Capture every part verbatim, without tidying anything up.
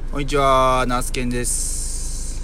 こんにちは、ナースケンです。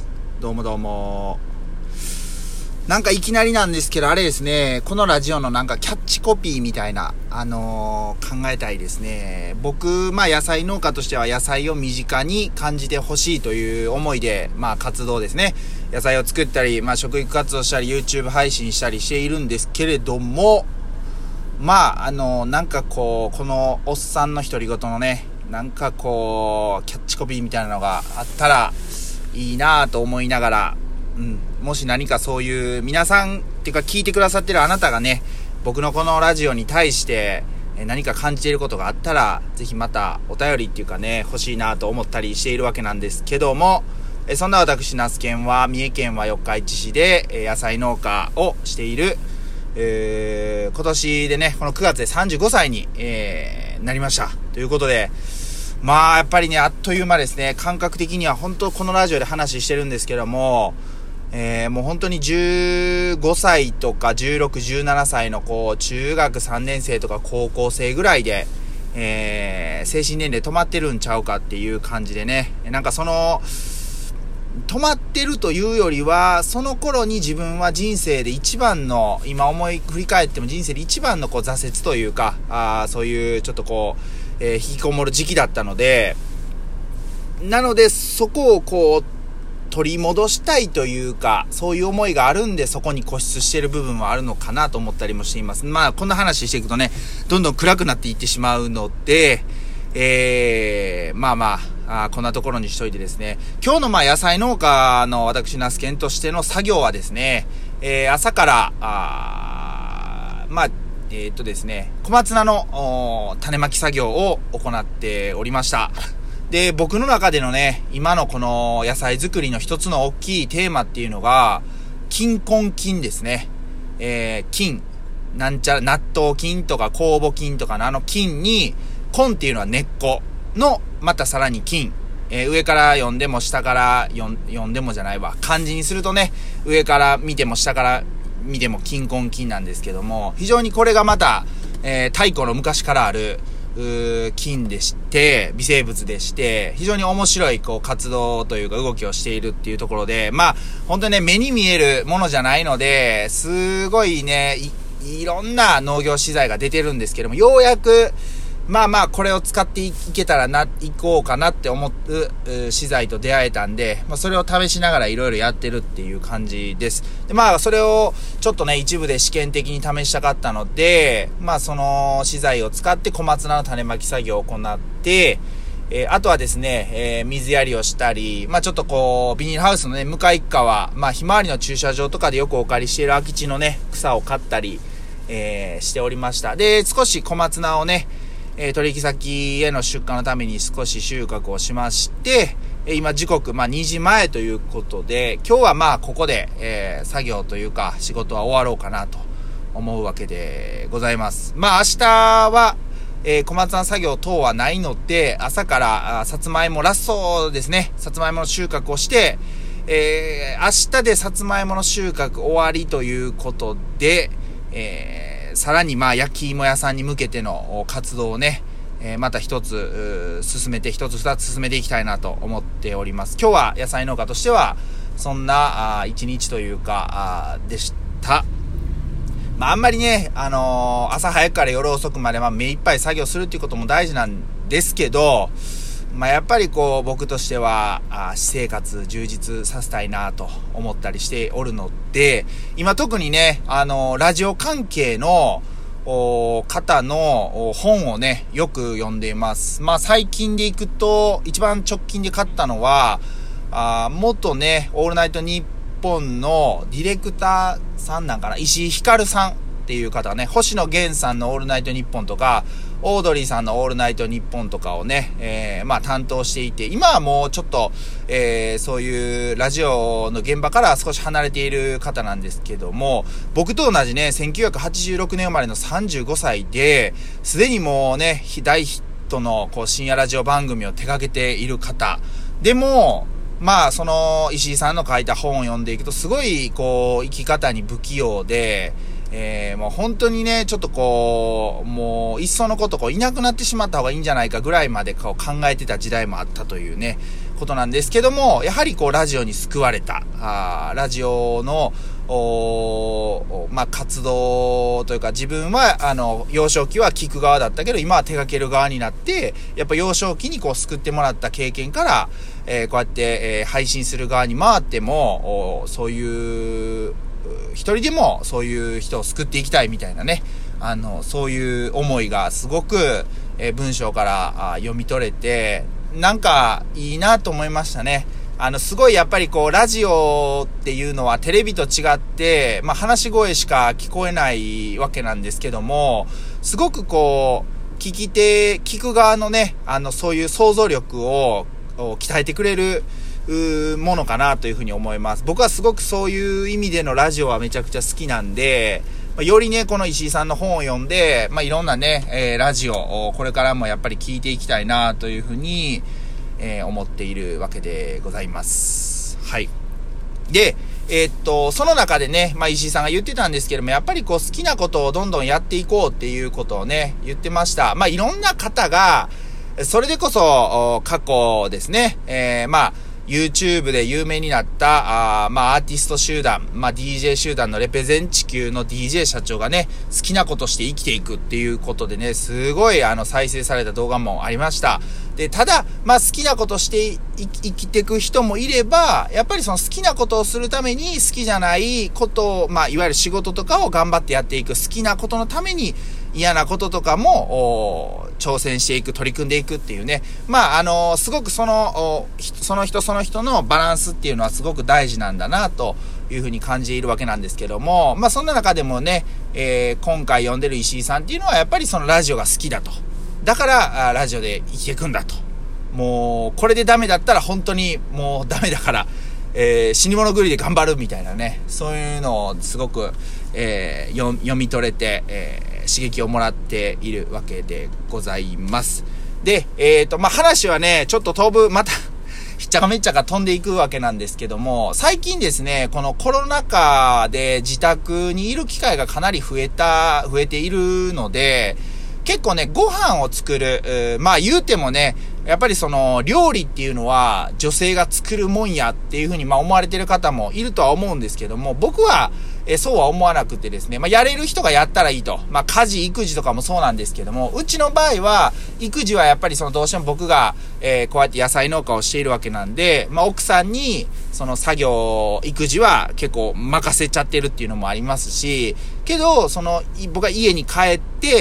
どうもどうも。なんかいきなりなんですけど、あれですね、このラジオのなんかキャッチコピーみたいな、あのー、考えたいですね。僕、まあ野菜農家としては野菜を身近に感じてほしいという思いで、まあ活動ですね。野菜を作ったり、まあ食育活動したり、YouTube 配信したりしているんですけれども、まあ、あのー、なんかこう、このおっさんの独り言のね、なんかこうキャッチコピーみたいなのがあったらいいなぁと思いながら、うん、もし何かそういう皆さんっていうか聞いてくださってるあなたがね、僕のこのラジオに対して何か感じていることがあったら、ぜひまたお便りっていうかね欲しいなと思ったりしているわけなんですけども、そんな私那須県は三重県は四日市市で野菜農家をしている、えー、今年でねこのくがつでさんじゅうごさいに、えー、なりましたということで、まあやっぱりねあっという間ですね。感覚的には本当このラジオで話してるんですけども、えー、もう本当にじゅうごさいとかじゅうろく、じゅうななさいのこう中学さんねん生とか高校生ぐらいで、えー、精神年齢止まってるんちゃうかっていう感じでね、なんかその止まってるというよりは、その頃に自分は人生で一番の、今思い振り返っても人生で一番のこう挫折というか、あそういうちょっとこう、えー、引きこもる時期だったので、なのでそこをこう取り戻したいというか、そういう思いがあるんでそこに固執している部分はあるのかなと思ったりもしています。まあこんな話していくとね、どんどん暗くなっていってしまうので、えー、まあまあ、あこんなところにしといてですね、今日のまあ野菜農家の私那須県としての作業はですね、えー、朝からあまあえー、っとですね小松菜の種まき作業を行っておりました。で、僕の中でのね今のこの野菜作りの一つの大きいテーマっていうのが菌根菌ですね。えー、菌なんちゃら納豆菌とか酵母菌とかのあの菌に、根っていうのは根っこのまたさらに菌、えー、上から読んでも下から読んでもじゃないわ、漢字にするとね上から見ても下から見ても菌根菌なんですけども、非常にこれがまた、えー、太古の昔からある菌でして、微生物でして非常に面白いこう活動というか動きをしているっていうところで、まあ本当にね目に見えるものじゃないので、すごいね い, いろんな農業資材が出てるんですけども、ようやくまあまあこれを使っていけたらな、いこうかなって思う資材と出会えたんで、まあそれを試しながらいろいろやってるっていう感じです。でまあそれをちょっとね一部で試験的に試したかったので、まあその資材を使って小松菜の種まき作業を行って、えー、あとはですね、えー、水やりをしたり、まあちょっとこうビニールハウスのね向かい側、まあひまわりの駐車場とかでよくお借りしている空き地のね草を刈ったり、えー、しておりました。で少し小松菜をねえー、取引先への出荷のために少し収穫をしまして、えー、今時刻、まあ、にじまえということで、今日はまあここで、えー、作業というか仕事は終わろうかなと思うわけでございます。まあ明日は、えー、小松菜作業等はないので、朝からさつまいもラストですね、さつまいもの収穫をして、えー、明日でさつまいもの収穫終わりということで、えーさらにまあ焼き芋屋さんに向けての活動をね、えー、また一つ進めて一つ二つ進めていきたいなと思っております。今日は野菜農家としてはそんなあ一日というかあでした。まああんまりね、あのー、朝早くから夜遅くまでまあ目いっぱい作業するっていうことも大事なんですけど、まあやっぱりこう僕としてはあ私生活充実させたいなと思ったりしておるので、今特にねあのラジオ関係の方の本をねよく読んでいます。まあ最近でいくと一番直近で買ったのはあ元ねオールナイトニッポンのディレクターさんなんかな、石井ひかるさんっていう方ね、星野源さんのオールナイトニッポンとかオードリーさんのオールナイトニッポンとかをね、えー、まあ担当していて、今はもうちょっと、えー、そういうラジオの現場から少し離れている方なんですけども、僕と同じねせんきゅうひゃくはちじゅうろくねん生まれのさんじゅうごさいで、すでにもうね大ヒットのこう深夜ラジオ番組を手掛けている方でも、まあその石井さんの書いた本を読んでいくとすごいこう生き方に不器用で、 えー、もう本当にね、ちょっとこう、もう、いっそのことこう、いなくなってしまった方がいいんじゃないかぐらいまでこう考えてた時代もあったというね、ことなんですけども、やはりこう、ラジオに救われた、あラジオの、おまあ、活動というか、自分は、あの、幼少期は聞く側だったけど、今は手掛ける側になって、やっぱ幼少期にこう、救ってもらった経験から、えー、こうやって、えー、配信する側に回っても、そういう、一人でもそういう人を救っていきたいみたいなね、あの、そういう思いがすごく、えー、文章からあ読み取れて、なんかいいなと思いましたね。あの、すごいやっぱりこう、ラジオっていうのはテレビと違って、まあ、話し声しか聞こえないわけなんですけども、すごくこう、聞き手、聞く側のね、あの、そういう想像力を鍛えてくれる、ものかなというふうに思います。僕はすごくそういう意味でのラジオはめちゃくちゃ好きなんで、よりね、この石井さんの本を読んで、まあ、いろんなね、えー、ラジオをこれからもやっぱり聞いていきたいなというふうに、えー、思っているわけでございます。はい。で、えー、っと、その中でね、まあ、石井さんが言ってたんですけども、やっぱりこう好きなことをどんどんやっていこうっていうことをね、言ってました。まあ、いろんな方が、それでこそ、過去ですね、えー、まあ、YouTube で有名になった、あまあ、アーティスト集団、まあ、ディージェー 集団のレペゼン地球の ディージェー 社長がね、好きなことして生きていくっていうことでね、すごい、あの、再生された動画もありました。で、ただ、まあ、好きなことして生きていく人もいれば、やっぱりその好きなことをするために好きじゃないことを、まあ、いわゆる仕事とかを頑張ってやっていく、好きなことのために嫌なこととかも、挑戦していく、取り組んでいくっていうね。まあ、あの、すごくその、その人その人のバランスっていうのはすごく大事なんだな、というふうに感じているわけなんですけども、まあ、そんな中でもね、えー、今回読んでる石井さんっていうのはやっぱりそのラジオが好きだと。だから、ラジオで生きていくんだと。もう、これでダメだったら本当にもうダメだから、えー、死に物狂いで頑張るみたいなね、そういうのをすごく、えー、読み取れて、えー刺激をもらっているわけでございます。で、えっと、まあ、話はね、ちょっと飛ぶ、また、ひっちゃかめっちゃか飛んでいくわけなんですけども、最近ですね、このコロナ禍で自宅にいる機会がかなり増えた、増えているので、結構ね、ご飯を作る、まあ言うてもね、やっぱりその料理っていうのは女性が作るもんやっていうふうにまあ思われてる方もいるとは思うんですけども、僕はえそうは思わなくてですね、まあやれる人がやったらいいと。まあ家事、育児とかもそうなんですけども、うちの場合は育児はやっぱりそのどうしても僕がえーこうやって野菜農家をしているわけなんで、まあ奥さんにその作業、育児は結構任せちゃってるっていうのもありますし、けどその僕が家に帰って、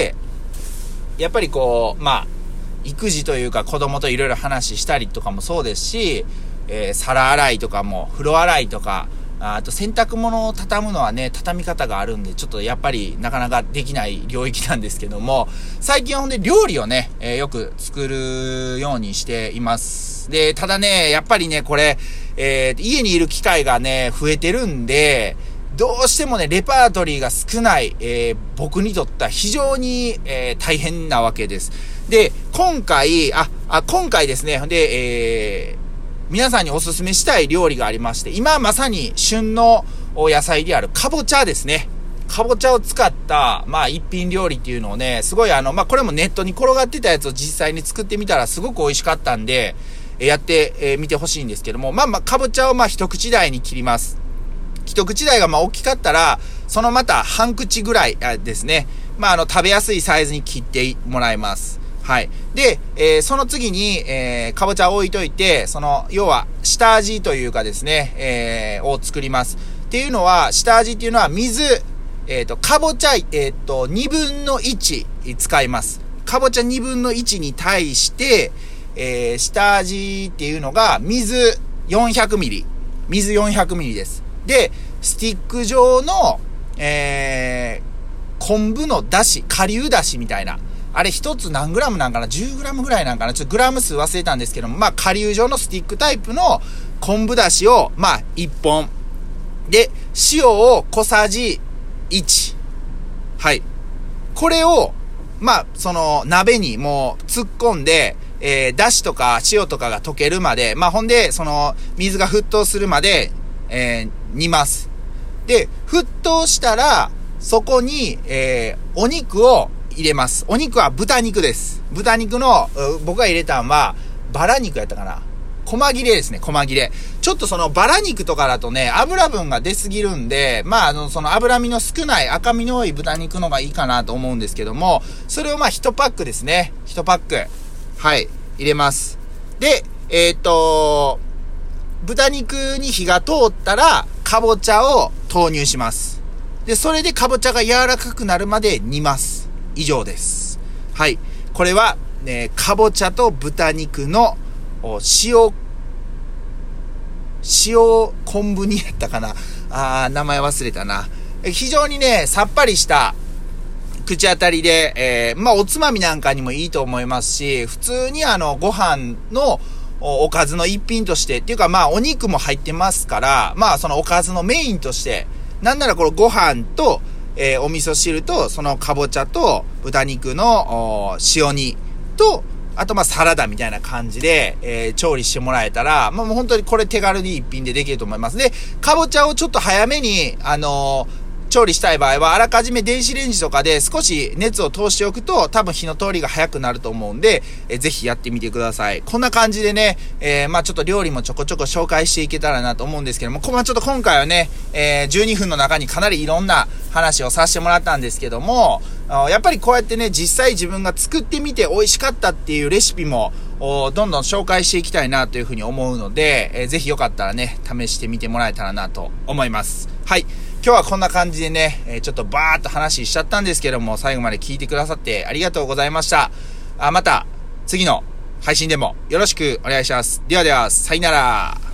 やっぱりこう、まあ、育児というか子供といろいろ話したりとかもそうですし、えー、皿洗いとかも、風呂洗いとか、あと洗濯物を畳むのはね、畳み方があるんで、ちょっとやっぱりなかなかできない領域なんですけども、最近はほんで料理をね、えー、よく作るようにしています。で、ただね、やっぱりね、これ、えー、家にいる機会がね、増えてるんで、どうしてもね、レパートリーが少ない、えー、僕にとっては非常に、えー、大変なわけです。で、今回、あ、あ今回ですね、で、えー、皆さんにお勧めしたい料理がありまして、今まさに旬の野菜であるかぼちゃですね。かぼちゃを使った、まあ一品料理っていうのをね、すごいあの、まあこれもネットに転がってたやつを実際に作ってみたらすごく美味しかったんで、やってみてほしいんですけども、まあまあかぼちゃをまあ一口大に切ります。一口大がまあ大きかったら、そのまた半口ぐらいですね。まああの食べやすいサイズに切ってもらいます。はい。で、えー、その次に、えー、かぼちゃを置いといて、その、要は、下味というかですね、えー、を作ります。っていうのは、下味っていうのは水、えっと、かぼちゃ、えっと、にぶんのいち使います。かぼちゃにぶんのいちに対して、えー、下味っていうのが、水よんひゃくミリ。水よんひゃくミリです。で、スティック状の、えー、昆布のだし、顆粒だしみたいな。あれ一つ何グラムなんかな ?じゅうグラムぐらいなんかなちょっとグラム数忘れたんですけども、まあ、顆粒状のスティックタイプの昆布だしを、まあ、いっぽん。で、塩を小さじいち。はい。これを、まあ、その、鍋にもう突っ込んで、えー、だしとか塩とかが溶けるまで、まあ、ほんで、その、水が沸騰するまで、えー、煮ます。で、沸騰したら、 そこに、えー、お肉を入れます。お肉は豚肉です。豚肉の、僕が入れたんは、バラ肉やったかな。細切れですね、細切れ。ちょっとそのバラ肉とかだとね、油分が出すぎるんで、まあ、あの、その脂身の少ない赤身の多い豚肉のがいいかなと思うんですけども、それをまあ、いちパックですね。いちパック。はい、入れます。で、えっと、豚肉に火が通ったら、かぼちゃを投入します。で、それでかぼちゃが柔らかくなるまで煮ます。以上です。はい。これは、ね、かぼちゃと豚肉の塩、塩昆布煮やったかな。あー、名前忘れたな。非常にね、さっぱりした口当たりで、えー、まあ、おつまみなんかにもいいと思いますし、普通にあの、ご飯のおかずの一品として、っていうかまあ、お肉も入ってますから、まあ、そのおかずのメインとして、なんならこのご飯と、えー、お味噌汁と、そのかぼちゃと豚肉の塩煮と、あとまあサラダみたいな感じで、えー、調理してもらえたら、まあもう本当にこれ手軽に一品でできると思います。で、かぼちゃをちょっと早めに、あのー、調理したい場合は、あらかじめ電子レンジとかで少し熱を通しておくと、多分火の通りが早くなると思うんで、えー、ぜひやってみてください。こんな感じでね、えー、まあちょっと料理もちょこちょこ紹介していけたらなと思うんですけども、まあちょっと今回はね、えー、じゅうにふんの中にかなりいろんな話をさせてもらったんですけども、やっぱりこうやってね、実際自分が作ってみて美味しかったっていうレシピも、どんどん紹介していきたいなというふうに思うので、えー、ぜひよかったらね、試してみてもらえたらなと思います。はい。今日はこんな感じでね、えー、ちょっとバーっと話しちゃったんですけども、最後まで聞いてくださってありがとうございました。あ、また次の配信でもよろしくお願いします。ではでは、さよなら。